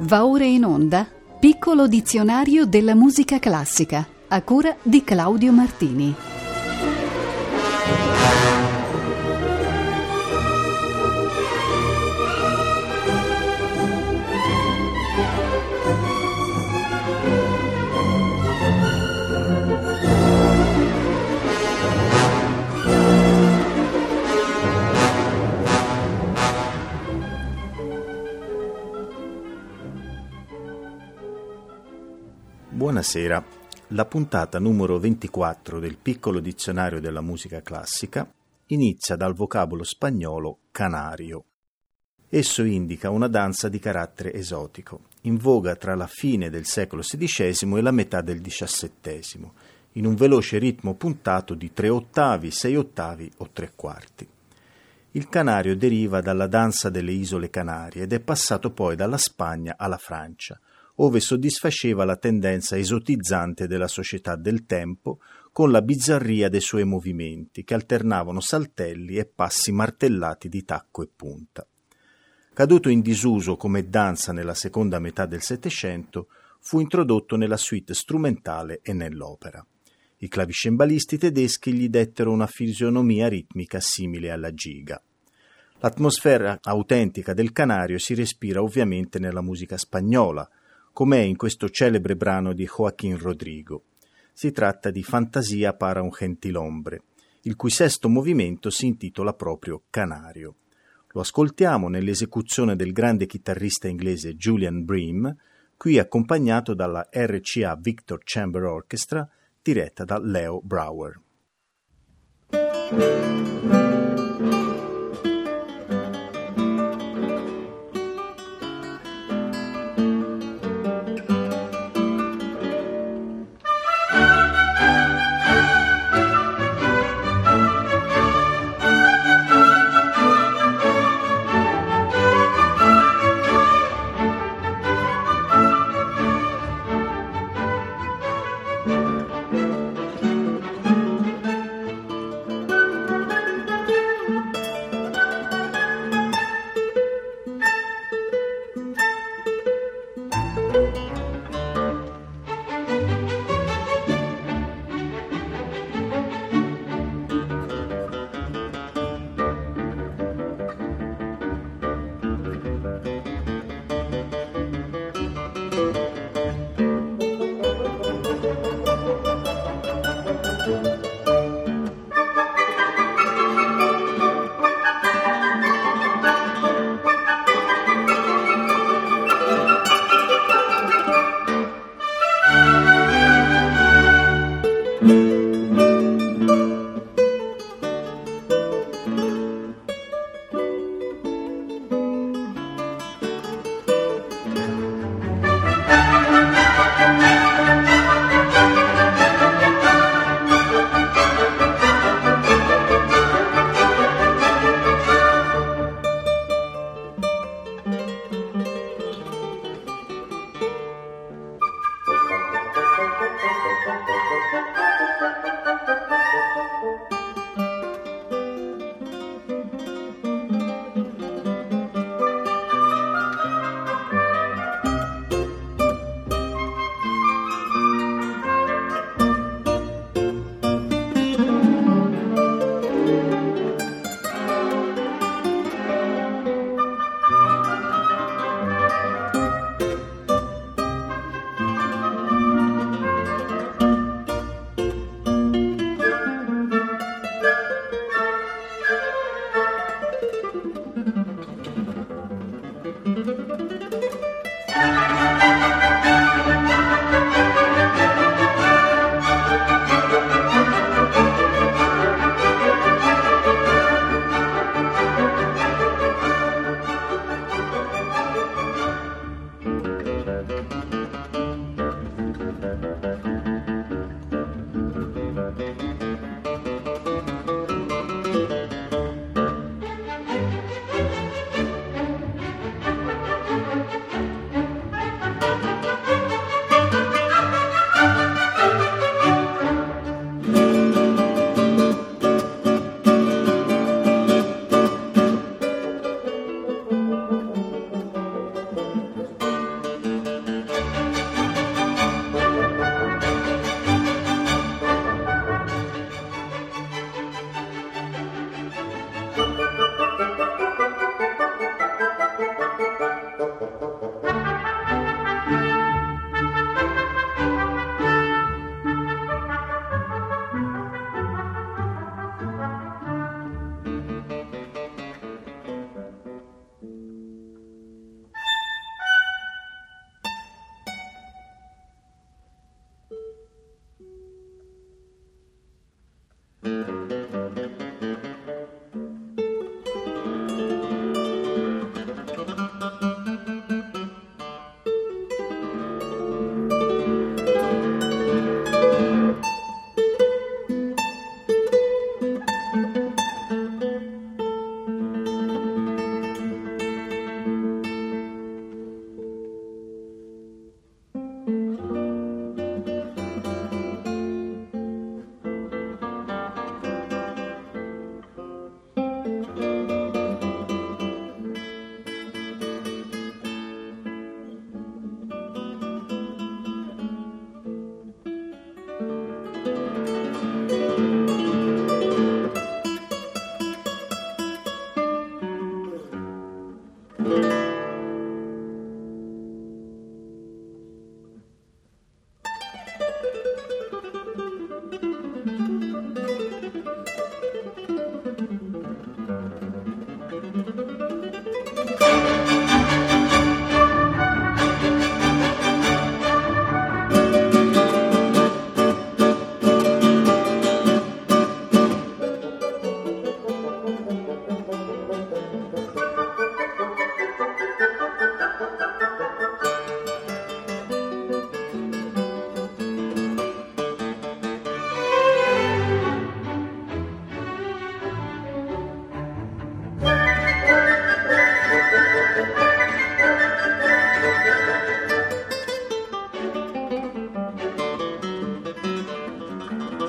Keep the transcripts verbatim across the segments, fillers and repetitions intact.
Va ora in onda Piccolo dizionario della musica classica, a cura di Claudio Martini. Buonasera, la puntata numero ventiquattro del Piccolo dizionario della musica classica inizia dal vocabolo spagnolo canario. Esso indica una danza di carattere esotico, in voga tra la fine del secolo sedicesimo e la metà del diciassettesimo, in un veloce ritmo puntato di tre ottavi, sei ottavi o tre quarti. Il canario deriva dalla danza delle isole Canarie ed è passato poi dalla Spagna alla Francia, ove soddisfaceva la tendenza esotizzante della società del tempo con la bizzarria dei suoi movimenti, che alternavano saltelli e passi martellati di tacco e punta. Caduto in disuso come danza nella seconda metà del Settecento, fu introdotto nella suite strumentale e nell'opera. I clavicembalisti tedeschi gli dettero una fisionomia ritmica simile alla giga. L'atmosfera autentica del canario si respira ovviamente nella musica spagnola, com'è in questo celebre brano di Joaquín Rodrigo. Si tratta di Fantasia para un gentilhombre, il cui sesto movimento si intitola proprio Canario. Lo ascoltiamo nell'esecuzione del grande chitarrista inglese Julian Bream, qui accompagnato dalla R C A Victor Chamber Orchestra, diretta da Leo Brouwer.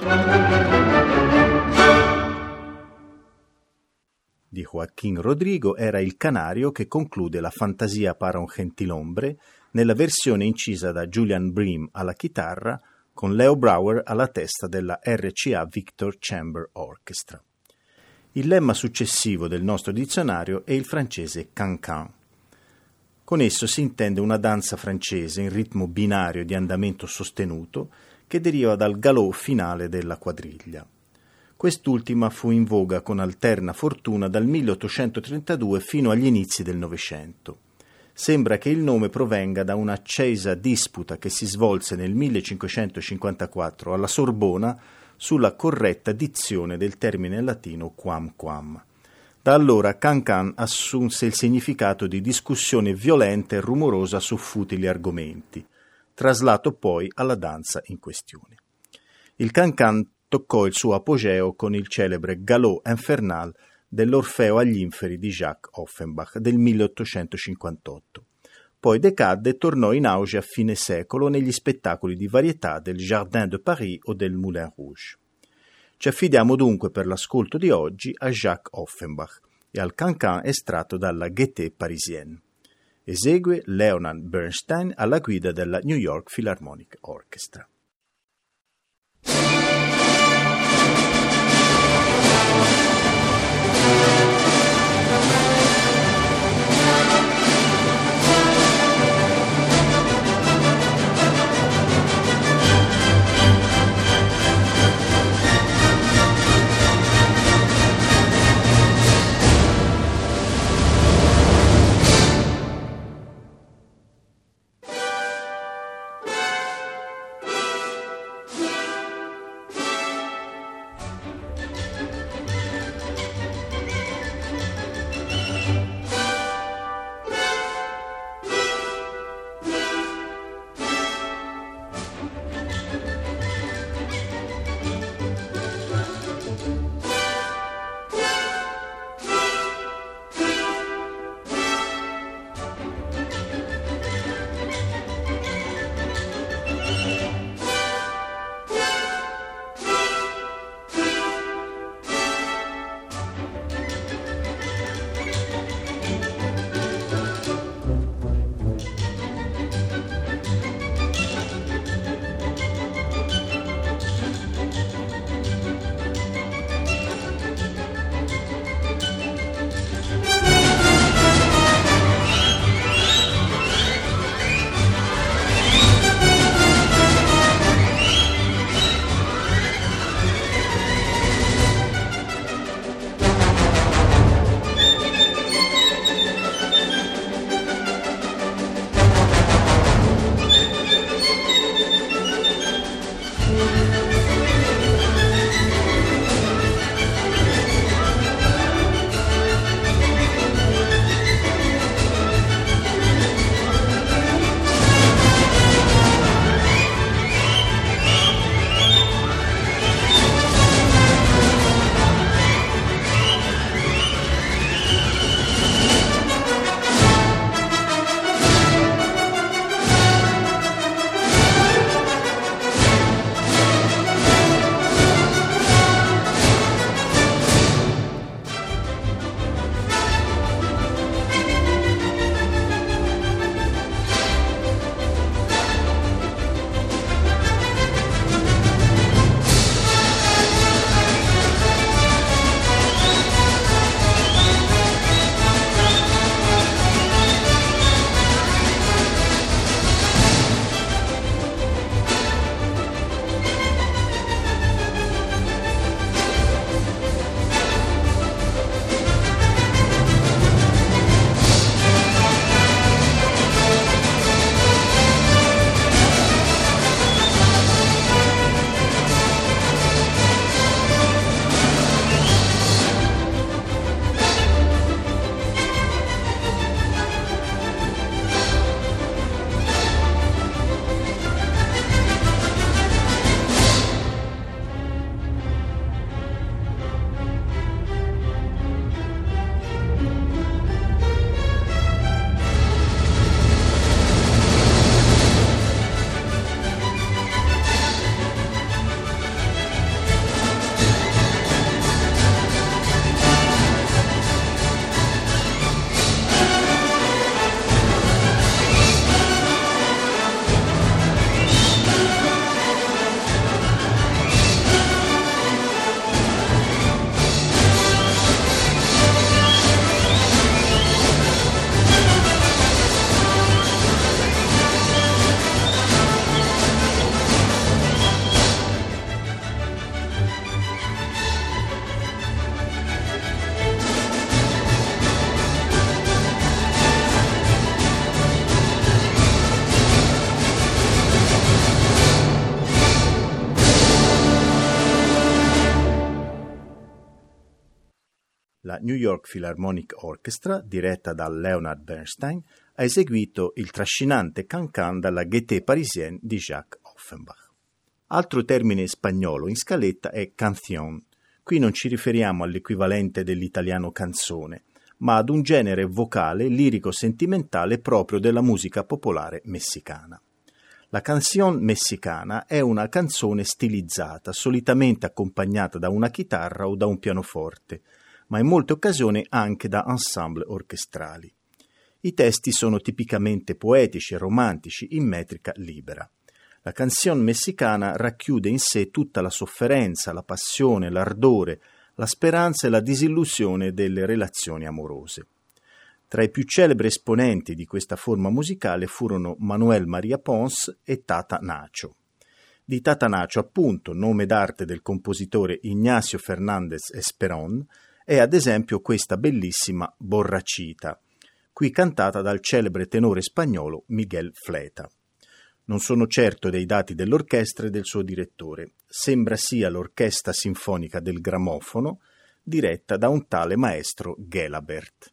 di Joaquín Rodrigo era Il Canario, che conclude la Fantasia para un gentilombre nella versione incisa da Julian Bream alla chitarra con Leo Brouwer alla testa della R C A Victor Chamber Orchestra. Il lemma successivo del nostro dizionario è il francese cancan. Con esso si intende una danza francese in ritmo binario di andamento sostenuto che deriva dal galop finale della quadriglia. Quest'ultima fu in voga con alterna fortuna dal milleottocentotrentadue fino agli inizi del Novecento. Sembra che il nome provenga da un'accesa disputa che si svolse nel millecinquecentocinquantaquattro alla Sorbona sulla corretta dizione del termine latino quam quam. Da allora cancan assunse il significato di discussione violenta e rumorosa su futili argomenti, traslato poi alla danza in questione. Il cancan toccò il suo apogeo con il celebre Galop infernal dell'Orfeo agli inferi di Jacques Offenbach del milleottocentocinquantotto. Poi decadde e tornò in auge a fine secolo negli spettacoli di varietà del Jardin de Paris o del Moulin Rouge. Ci affidiamo dunque per l'ascolto di oggi a Jacques Offenbach e al cancan estratto dalla Gaieté Parisienne. Esegue Leonard Bernstein alla guida della New York Philharmonic Orchestra. La New York Philharmonic Orchestra, diretta da Leonard Bernstein, ha eseguito il trascinante cancan dalla Gaieté Parisienne di Jacques Offenbach. Altro termine spagnolo in scaletta è canción. Qui non ci riferiamo all'equivalente dell'italiano canzone, ma ad un genere vocale lirico-sentimentale proprio della musica popolare messicana. La canción messicana è una canzone stilizzata, solitamente accompagnata da una chitarra o da un pianoforte, ma in molte occasioni anche da ensemble orchestrali. I testi sono tipicamente poetici e romantici in metrica libera. La canción messicana racchiude in sé tutta la sofferenza, la passione, l'ardore, la speranza e la disillusione delle relazioni amorose. Tra i più celebri esponenti di questa forma musicale furono Manuel María Pons e Tata Nacho. Di Tata Nacho, appunto, nome d'arte del compositore Ignacio Fernández Esperón, è ad esempio questa bellissima Borrachita, qui cantata dal celebre tenore spagnolo Miguel Fleta. Non sono certo dei dati dell'orchestra e del suo direttore. Sembra sia l'Orchestra Sinfonica del Grammofono, diretta da un tale maestro Gelabert.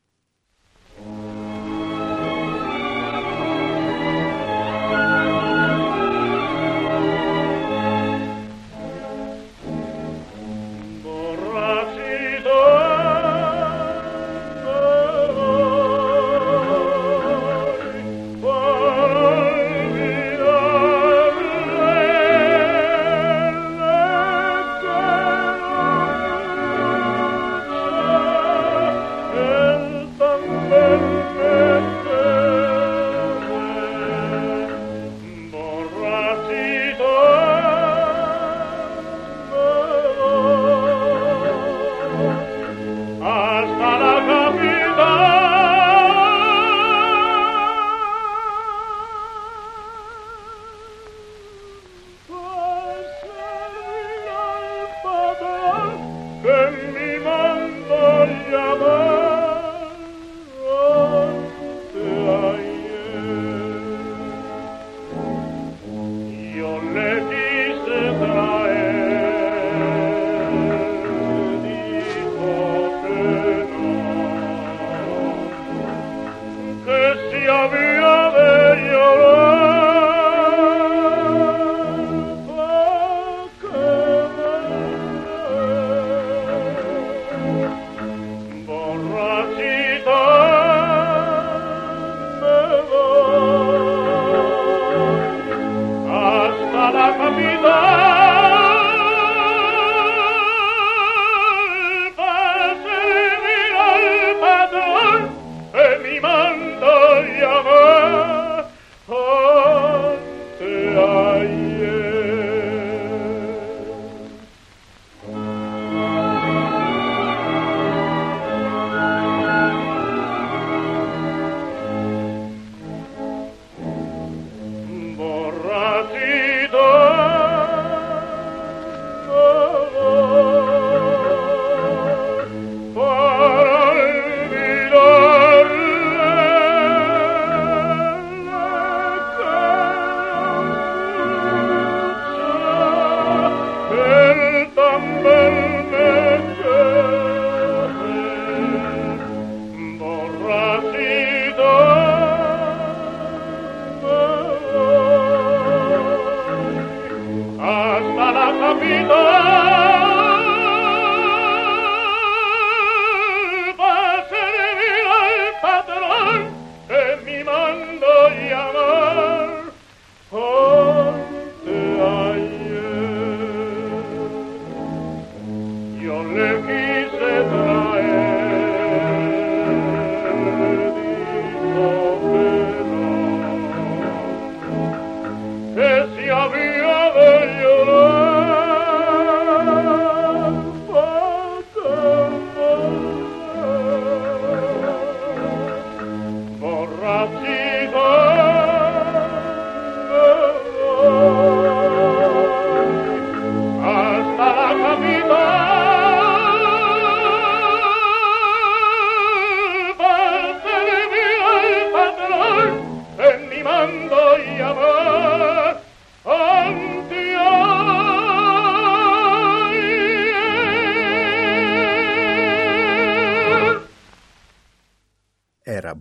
Hasta la capital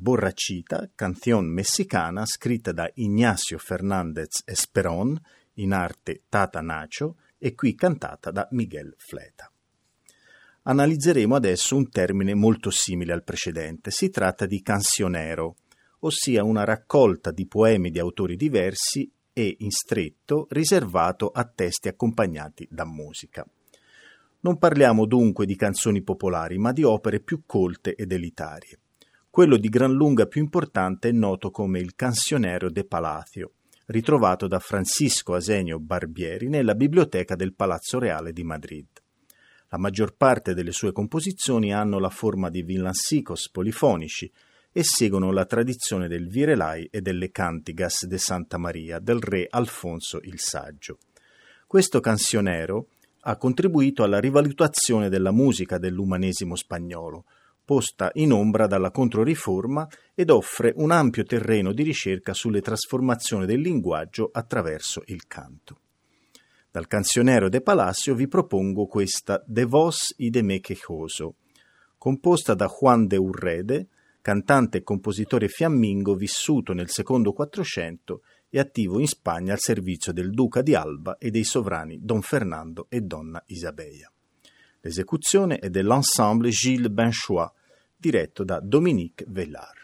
Borrachita, canción messicana scritta da Ignacio Fernández Esperón, in arte Tata Nacho, e qui cantata da Miguel Fleta. Analizzeremo adesso un termine molto simile al precedente. Si tratta di cancionero, ossia una raccolta di poemi di autori diversi e, in stretto, riservato a testi accompagnati da musica. Non parliamo dunque di canzoni popolari, ma di opere più colte ed elitarie. Quello di gran lunga più importante è noto come il Cancionero de Palacio, ritrovato da Francisco Asenio Barbieri nella biblioteca del Palazzo Reale di Madrid. La maggior parte delle sue composizioni hanno la forma di villancicos polifonici e seguono la tradizione del virelai e delle cantigas de Santa Maria del re Alfonso il Saggio. Questo cancionero ha contribuito alla rivalutazione della musica dell'umanesimo spagnolo, posta in ombra dalla Controriforma, ed offre un ampio terreno di ricerca sulle trasformazioni del linguaggio attraverso il canto. Dal Cancionero de Palacio vi propongo questa De Vos y de Me Quejoso, composta da Juan de Urrede, cantante e compositore fiammingo vissuto nel secondo Quattrocento e attivo in Spagna al servizio del Duca di Alba e dei sovrani Don Fernando e Donna Isabella. L'esecuzione è dell'ensemble Gilles Benchois, diretto da Dominique Vellard.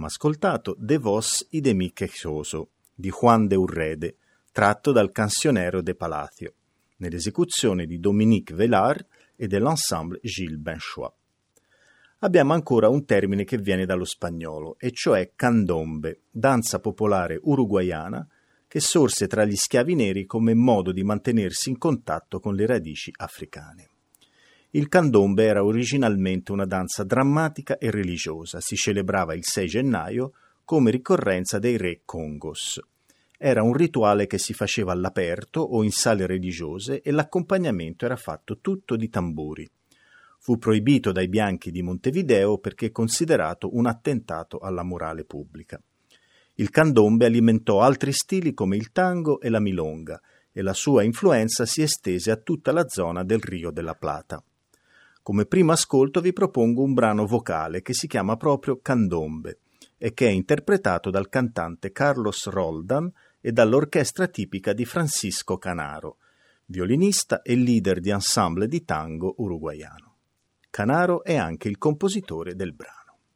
ascoltato De vos y de mi quejoso di Juan de Urrede, tratto dal Cancionero de Palacio, nell'esecuzione di Dominique Velard e dell'ensemble Gilles Benchois. Abbiamo ancora un termine che viene dallo spagnolo, e cioè candombe, danza popolare uruguaiana che sorse tra gli schiavi neri come modo di mantenersi in contatto con le radici africane. Il candombe era originalmente una danza drammatica e religiosa, si celebrava il sei gennaio come ricorrenza dei re Congos. Era un rituale che si faceva all'aperto o in sale religiose e l'accompagnamento era fatto tutto di tamburi. Fu proibito dai bianchi di Montevideo perché considerato un attentato alla morale pubblica. Il candombe alimentò altri stili come il tango e la milonga e la sua influenza si estese a tutta la zona del Rio della Plata. Come primo ascolto vi propongo un brano vocale che si chiama proprio Candombe e che è interpretato dal cantante Carlos Roldan e dall'orchestra tipica di Francisco Canaro, violinista e leader di ensemble di tango uruguaiano. Canaro è anche il compositore del brano.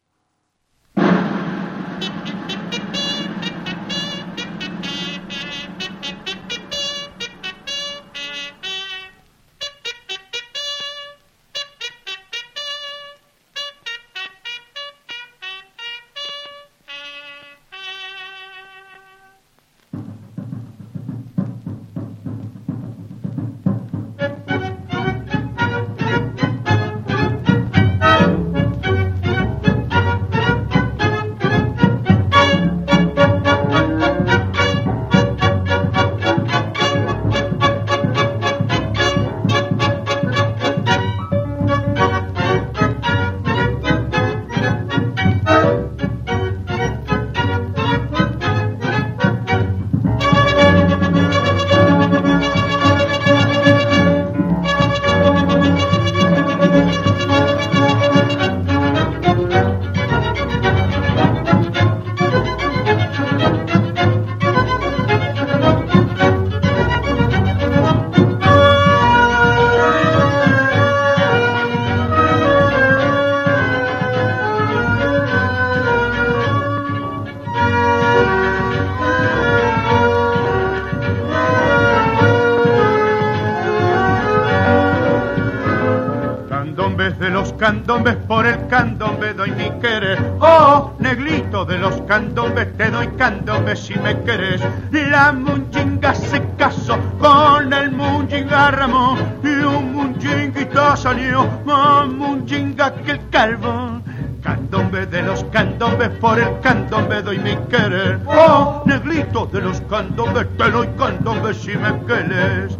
Candombes por el candombe doy mi querer. Oh, negrito de los candombes, te doy candombe si me querés. La munchinga se casó con el munchinga Ramón y un munchinguito salió más munchinga que el calvo. Candombe de los candombes, por el candombe doy mi querer. Oh, negrito de los candombes, te doy candombe si me querés.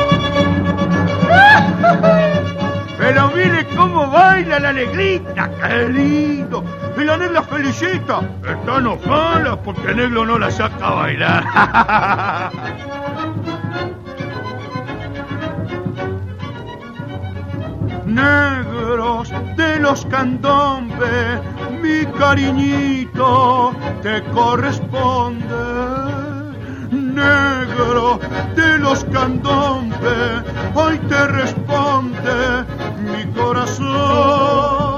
Pero mire cómo baila la negrita, qué lindo. Y la negra felicita. Está enojada porque el negro no la saca a bailar. Negros de los candombes, mi cariñito te corresponde. Negro de los candombes, hoy te responde mi corazón.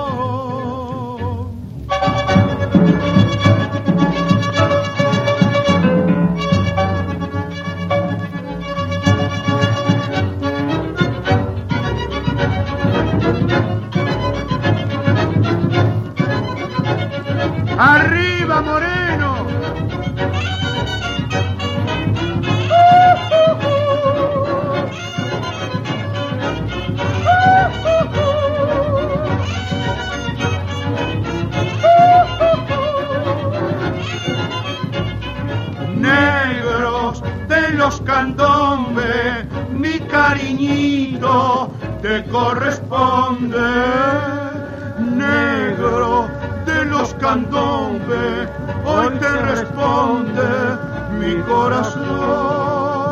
¡Arriba, Moreno! Negros de los candombes, mi cariñito te corresponde. Negro de los candombes, hoy te responde mi corazón.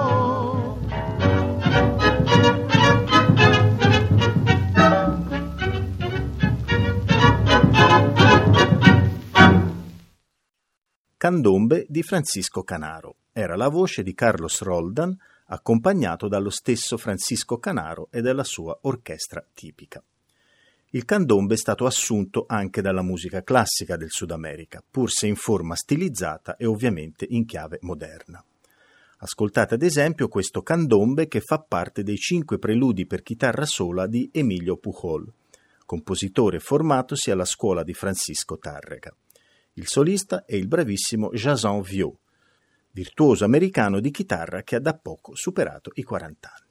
Candombe di Francisco Canaro. Era la voce di Carlos Roldan, accompagnato dallo stesso Francisco Canaro e dalla sua orchestra tipica. Il candombe è stato assunto anche dalla musica classica del Sud America, pur se in forma stilizzata e ovviamente in chiave moderna. Ascoltate ad esempio questo candombe che fa parte dei cinque preludi per chitarra sola di Emilio Pujol, compositore formatosi alla scuola di Francisco Tárrega. Il solista è il bravissimo Jason Vieux, virtuoso americano di chitarra che ha da poco superato i quaranta anni.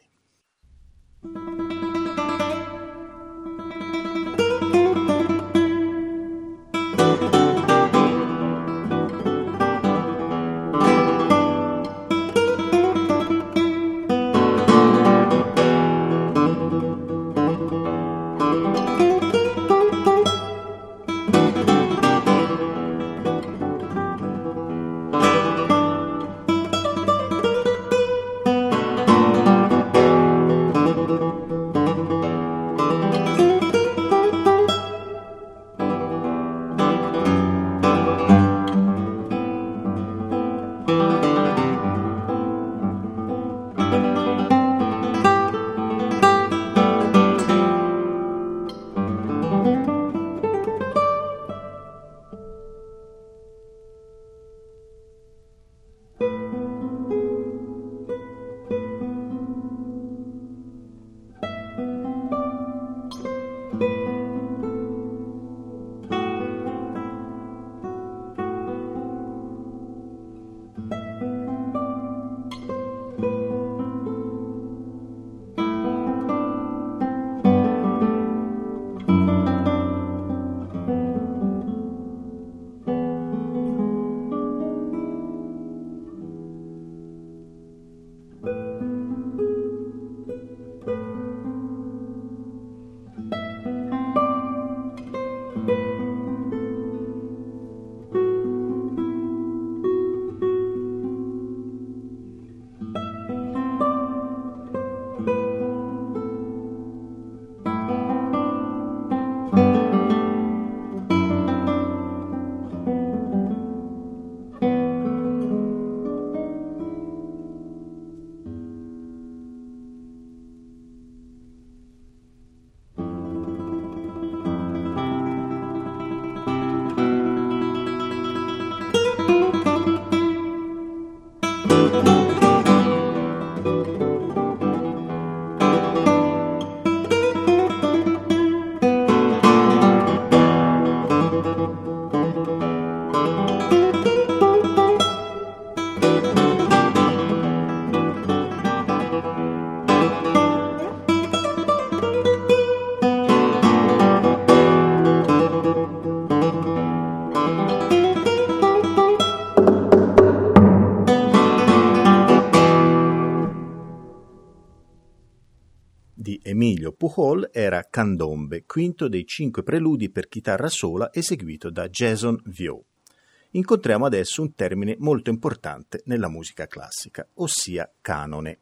Di Emilio Pujol era Candombe, quinto dei cinque preludi per chitarra sola eseguito da Jason Vieux. Incontriamo adesso un termine molto importante nella musica classica, ossia canone.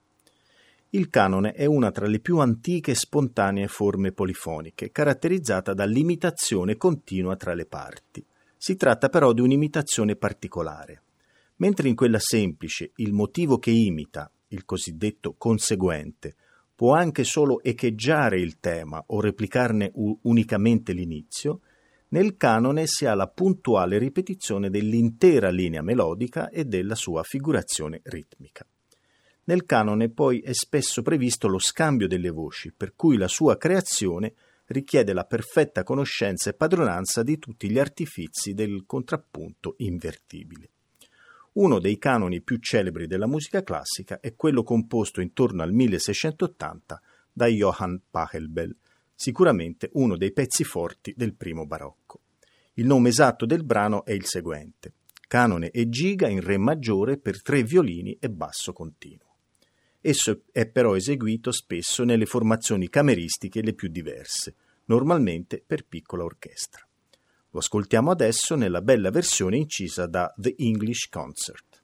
Il canone è una tra le più antiche e spontanee forme polifoniche, caratterizzata dall'imitazione continua tra le parti. Si tratta però di un'imitazione particolare. Mentre in quella semplice il motivo che imita, il cosiddetto conseguente, può anche solo echeggiare il tema o replicarne u- unicamente l'inizio, nel canone si ha la puntuale ripetizione dell'intera linea melodica e della sua figurazione ritmica. Nel canone poi è spesso previsto lo scambio delle voci, per cui la sua creazione richiede la perfetta conoscenza e padronanza di tutti gli artifizi del contrappunto invertibile. Uno dei canoni più celebri della musica classica è quello composto intorno al milleseicentottanta da Johann Pachelbel, sicuramente uno dei pezzi forti del primo barocco. Il nome esatto del brano è il seguente: Canone e giga in re maggiore per tre violini e basso continuo. Esso è però eseguito spesso nelle formazioni cameristiche le più diverse, normalmente per piccola orchestra. Lo ascoltiamo adesso nella bella versione incisa da The English Concert.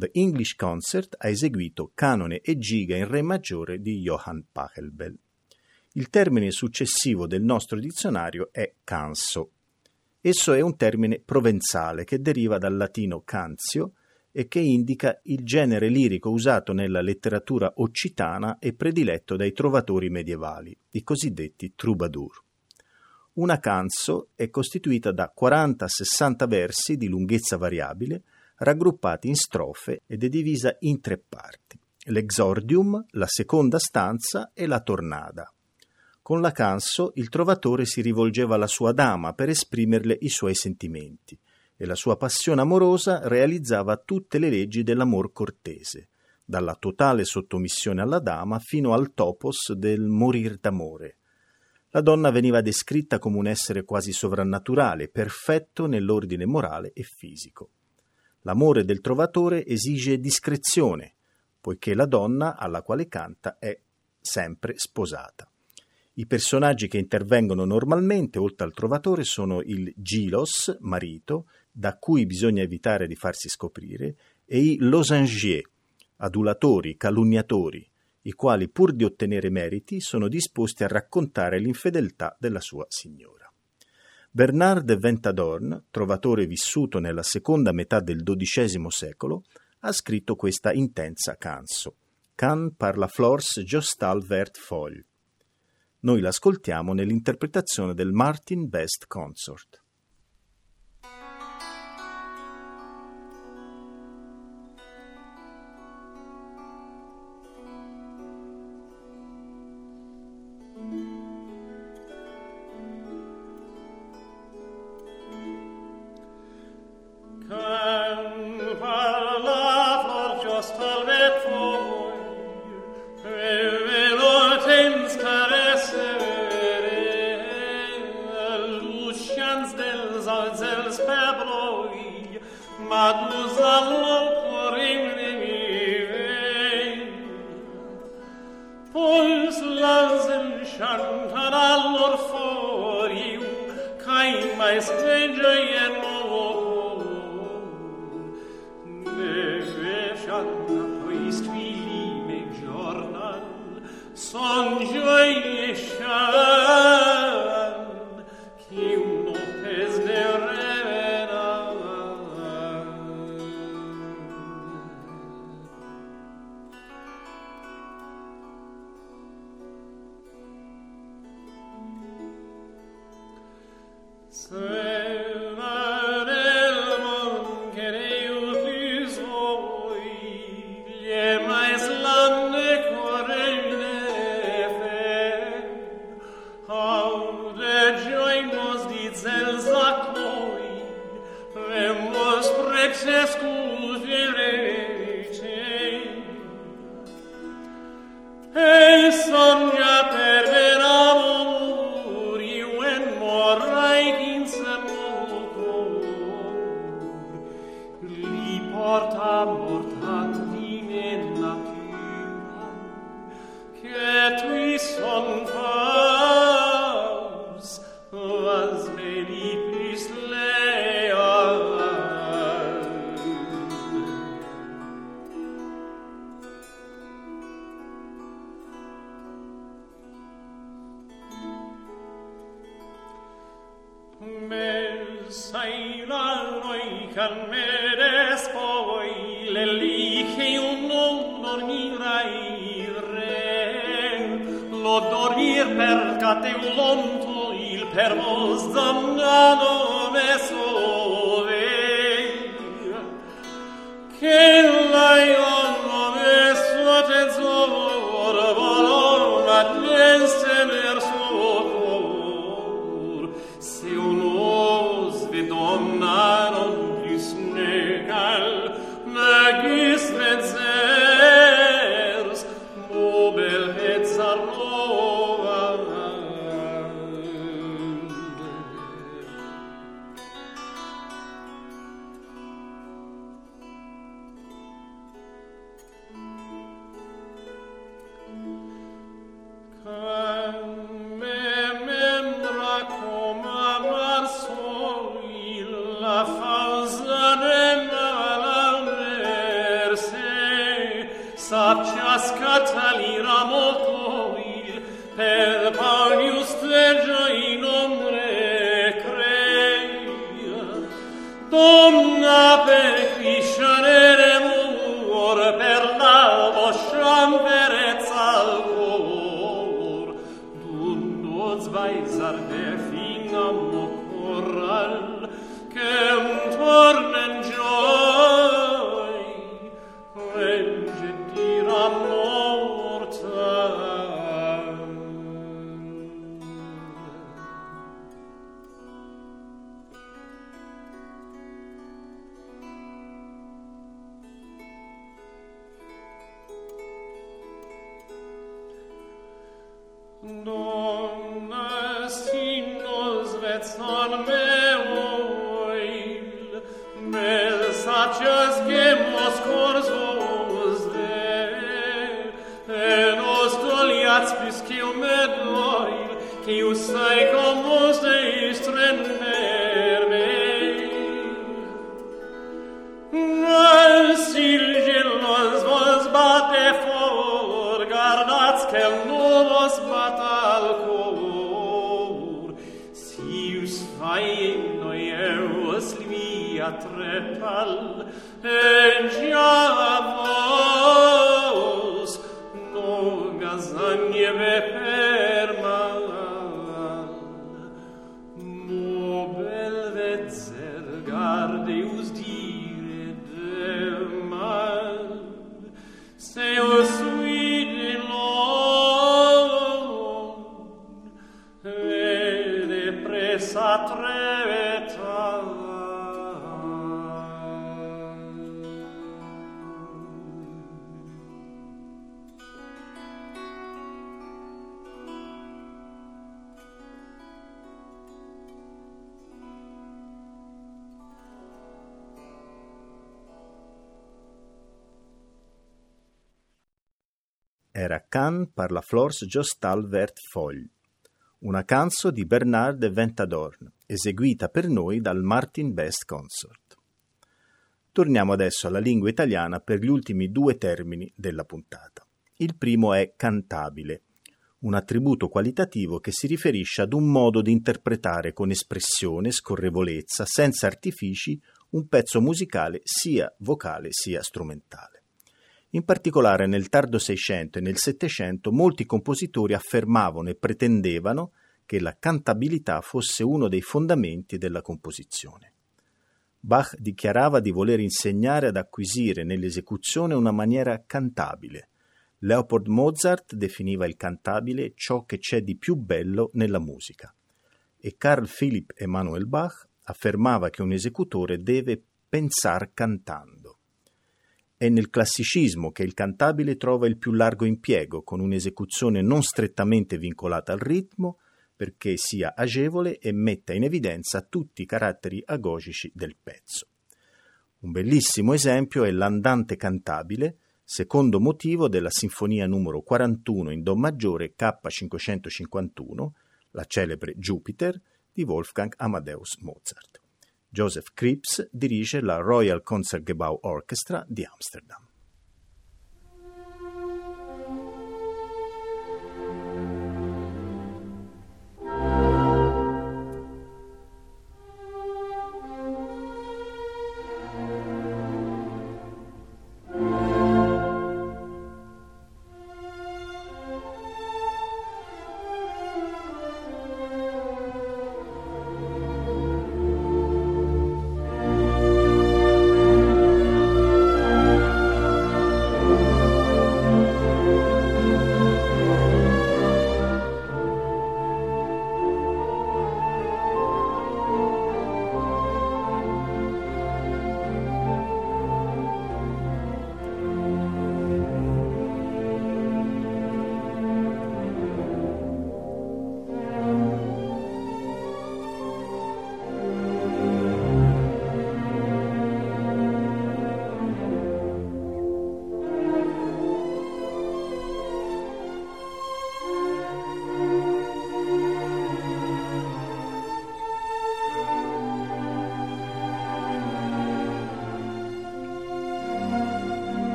The English Concert ha eseguito Canone e Giga in Re maggiore di Johann Pachelbel. Il termine successivo del nostro dizionario è canso. Esso è un termine provenzale che deriva dal latino canzio e che indica il genere lirico usato nella letteratura occitana e prediletto dai trovatori medievali, i cosiddetti troubadour. Una canso è costituita da quaranta sessanta versi di lunghezza variabile, raggruppati in strofe ed è divisa in tre parti: l'exordium, la seconda stanza e la tornada. Con la canso il trovatore si rivolgeva alla sua dama per esprimerle i suoi sentimenti e la sua passione amorosa realizzava tutte le leggi dell'amor cortese, dalla totale sottomissione alla dama fino al topos del morir d'amore. La donna veniva descritta come un essere quasi sovrannaturale, perfetto nell'ordine morale e fisico. L'amore del trovatore esige discrezione, poiché la donna alla quale canta è sempre sposata. I personaggi che intervengono normalmente, oltre al trovatore, sono il gilos, marito, da cui bisogna evitare di farsi scoprire, e i losangier, adulatori, calunniatori, i quali, pur di ottenere meriti, sono disposti a raccontare l'infedeltà della sua signora. Bernard de Ventadorn, trovatore vissuto nella seconda metà del dodicesimo secolo, ha scritto questa intensa canso, Can par la flors Jostal vert foll. Noi l'ascoltiamo nell'interpretazione del Martin Best Consort. sapcias catalira motoil, per panius tergia in ombre creia. Domna per criscianere mur, per la vostra verezza al cor, dundo zweisar der fina mocoral, che un tornen gioi, venge dira mortal. Donna sinnos vetzan meoil, mel sacias gemos corzos de, e nos doliats pisciu medoil, che ius sai comos de istrenner me. Nel silgelos vos bate for, guardats che vos batal cor, sius fae noieus limia trepal, en gia vos no gazagneve per mal. Mo bel vezzer gardeus dire de mal, seus vide s'atreveta. Era Cannes par la Flors Jostal Vert Foll, una canzo di Bernard de Ventadorn, eseguita per noi dal Martin Best Consort. Torniamo adesso alla lingua italiana per gli ultimi due termini della puntata. Il primo è cantabile, un attributo qualitativo che si riferisce ad un modo di interpretare con espressione, scorrevolezza, senza artifici, un pezzo musicale sia vocale sia strumentale. In particolare nel tardo Seicento e nel Settecento molti compositori affermavano e pretendevano che la cantabilità fosse uno dei fondamenti della composizione. Bach dichiarava di voler insegnare ad acquisire nell'esecuzione una maniera cantabile. Leopold Mozart definiva il cantabile ciò che c'è di più bello nella musica. E Carl Philipp Emanuel Bach affermava che un esecutore deve pensar cantando. È nel classicismo che il cantabile trova il più largo impiego, con un'esecuzione non strettamente vincolata al ritmo, perché sia agevole e metta in evidenza tutti i caratteri agogici del pezzo. Un bellissimo esempio è l'andante cantabile, secondo motivo della sinfonia numero quarantuno in Do maggiore K cinquecentocinquantuno, la celebre Jupiter di Wolfgang Amadeus Mozart. Joseph Krips dirige la Royal Concertgebouw Orchestra di Amsterdam.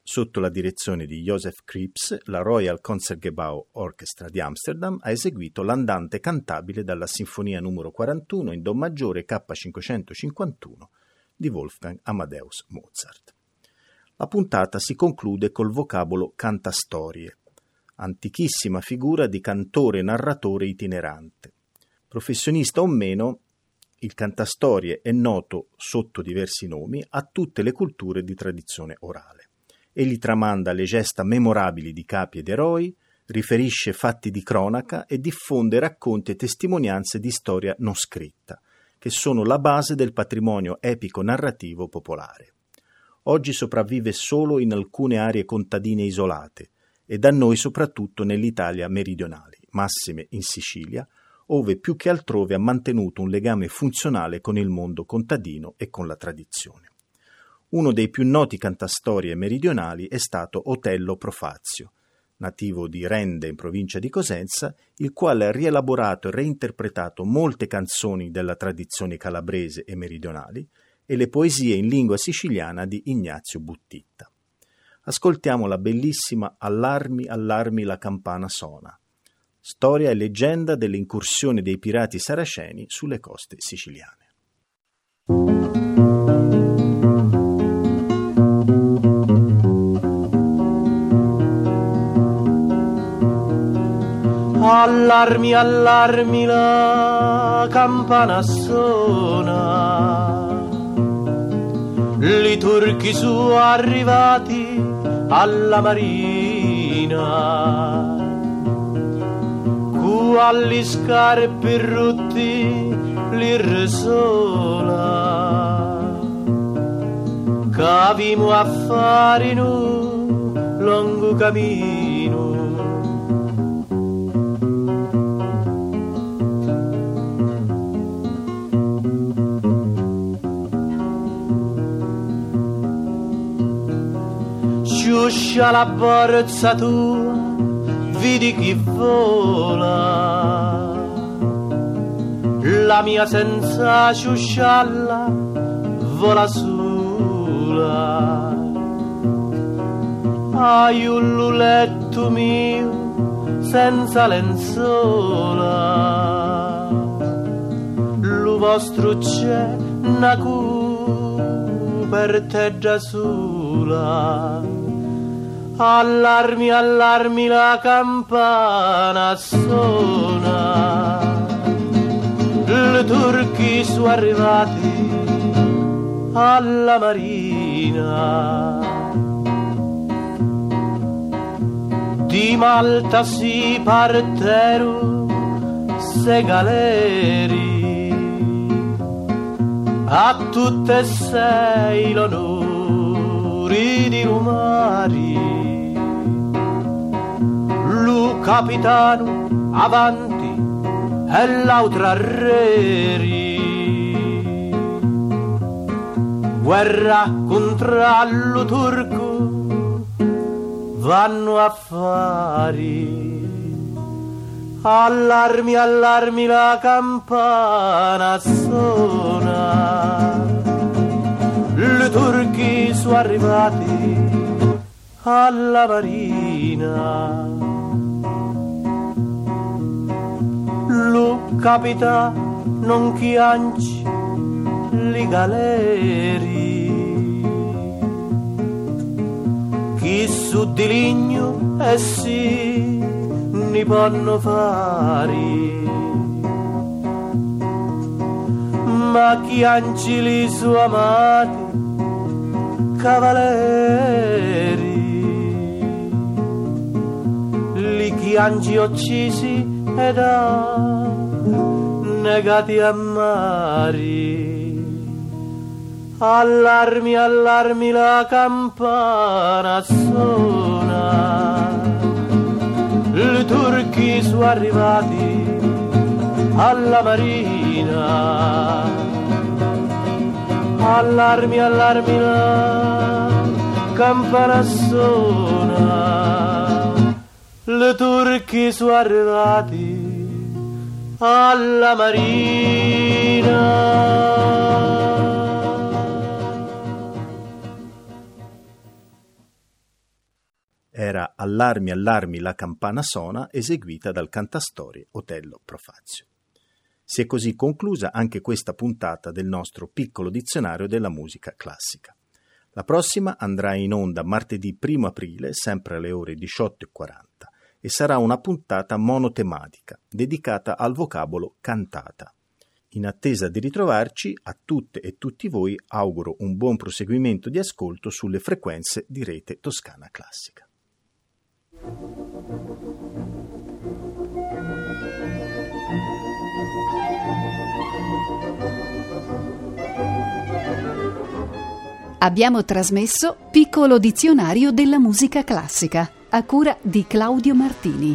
Sotto la direzione di Joseph Krips, la Royal Concertgebouw Orchestra di Amsterdam ha eseguito l'andante cantabile dalla Sinfonia numero quarantuno in Do maggiore K cinquecentocinquantuno di Wolfgang Amadeus Mozart. La puntata si conclude col vocabolo cantastorie, antichissima figura di cantore-narratore itinerante. Professionista o meno, il cantastorie è noto sotto diversi nomi a tutte le culture di tradizione orale. Egli tramanda le gesta memorabili di capi ed eroi, riferisce fatti di cronaca e diffonde racconti e testimonianze di storia non scritta, che sono la base del patrimonio epico-narrativo popolare. Oggi sopravvive solo in alcune aree contadine isolate e da noi soprattutto nell'Italia meridionale, massime in Sicilia, ove più che altrove ha mantenuto un legame funzionale con il mondo contadino e con la tradizione. Uno dei più noti cantastorie meridionali è stato Otello Profazio, nativo di Rende in provincia di Cosenza, il quale ha rielaborato e reinterpretato molte canzoni della tradizione calabrese e meridionali e le poesie in lingua siciliana di Ignazio Buttitta. Ascoltiamo la bellissima Allarmi, allarmi la campana sona, storia e leggenda delle incursioni dei pirati saraceni sulle coste siciliane. Allarmi, allarmi, la campana suona, li turchi su arrivati alla marina, cu agli scarpi rutti li risola, cavimo a fare in un lungo cammino. Sciuscia la borsa tua, vedi chi vola, la mia senza sciuscialla vola sola. Hai un luletto mio senza lenzuola, lo vostro c'è una coperteggia sola. Allarmi, allarmi, la campana suona, i turchi sono arrivati alla marina. Di Malta si parteru se galeri, a tutte e sei l'onore di rumari. Lu capitano avanti e l'altro arreri, guerra contro lo turco vanno a fare. Allarmi, allarmi, la campana suona, i turchi sono arrivati alla marina. Lo capita non chianci li galeri, chi su di ligno e si ne possono fare, ma chianci li su amati cavaleri, li chianci uccisi ed ha negati a mari. Allarmi, allarmi, la campana suona, i turchi sono arrivati alla marina. Allarmi, allarmi, la campana suona, i turchi sono arrivati alla marina. Era Allarmi, allarmi, la campana sona, eseguita dal cantastorie Otello Profazio. Si è così conclusa anche questa puntata del nostro piccolo dizionario della musica classica. La prossima andrà in onda martedì primo aprile, sempre alle ore diciotto e quaranta, e sarà una puntata monotematica, dedicata al vocabolo cantata. In attesa di ritrovarci, a tutte e tutti voi auguro un buon proseguimento di ascolto sulle frequenze di Rete Toscana Classica. Abbiamo trasmesso Piccolo dizionario della musica classica, a cura di Claudio Martini.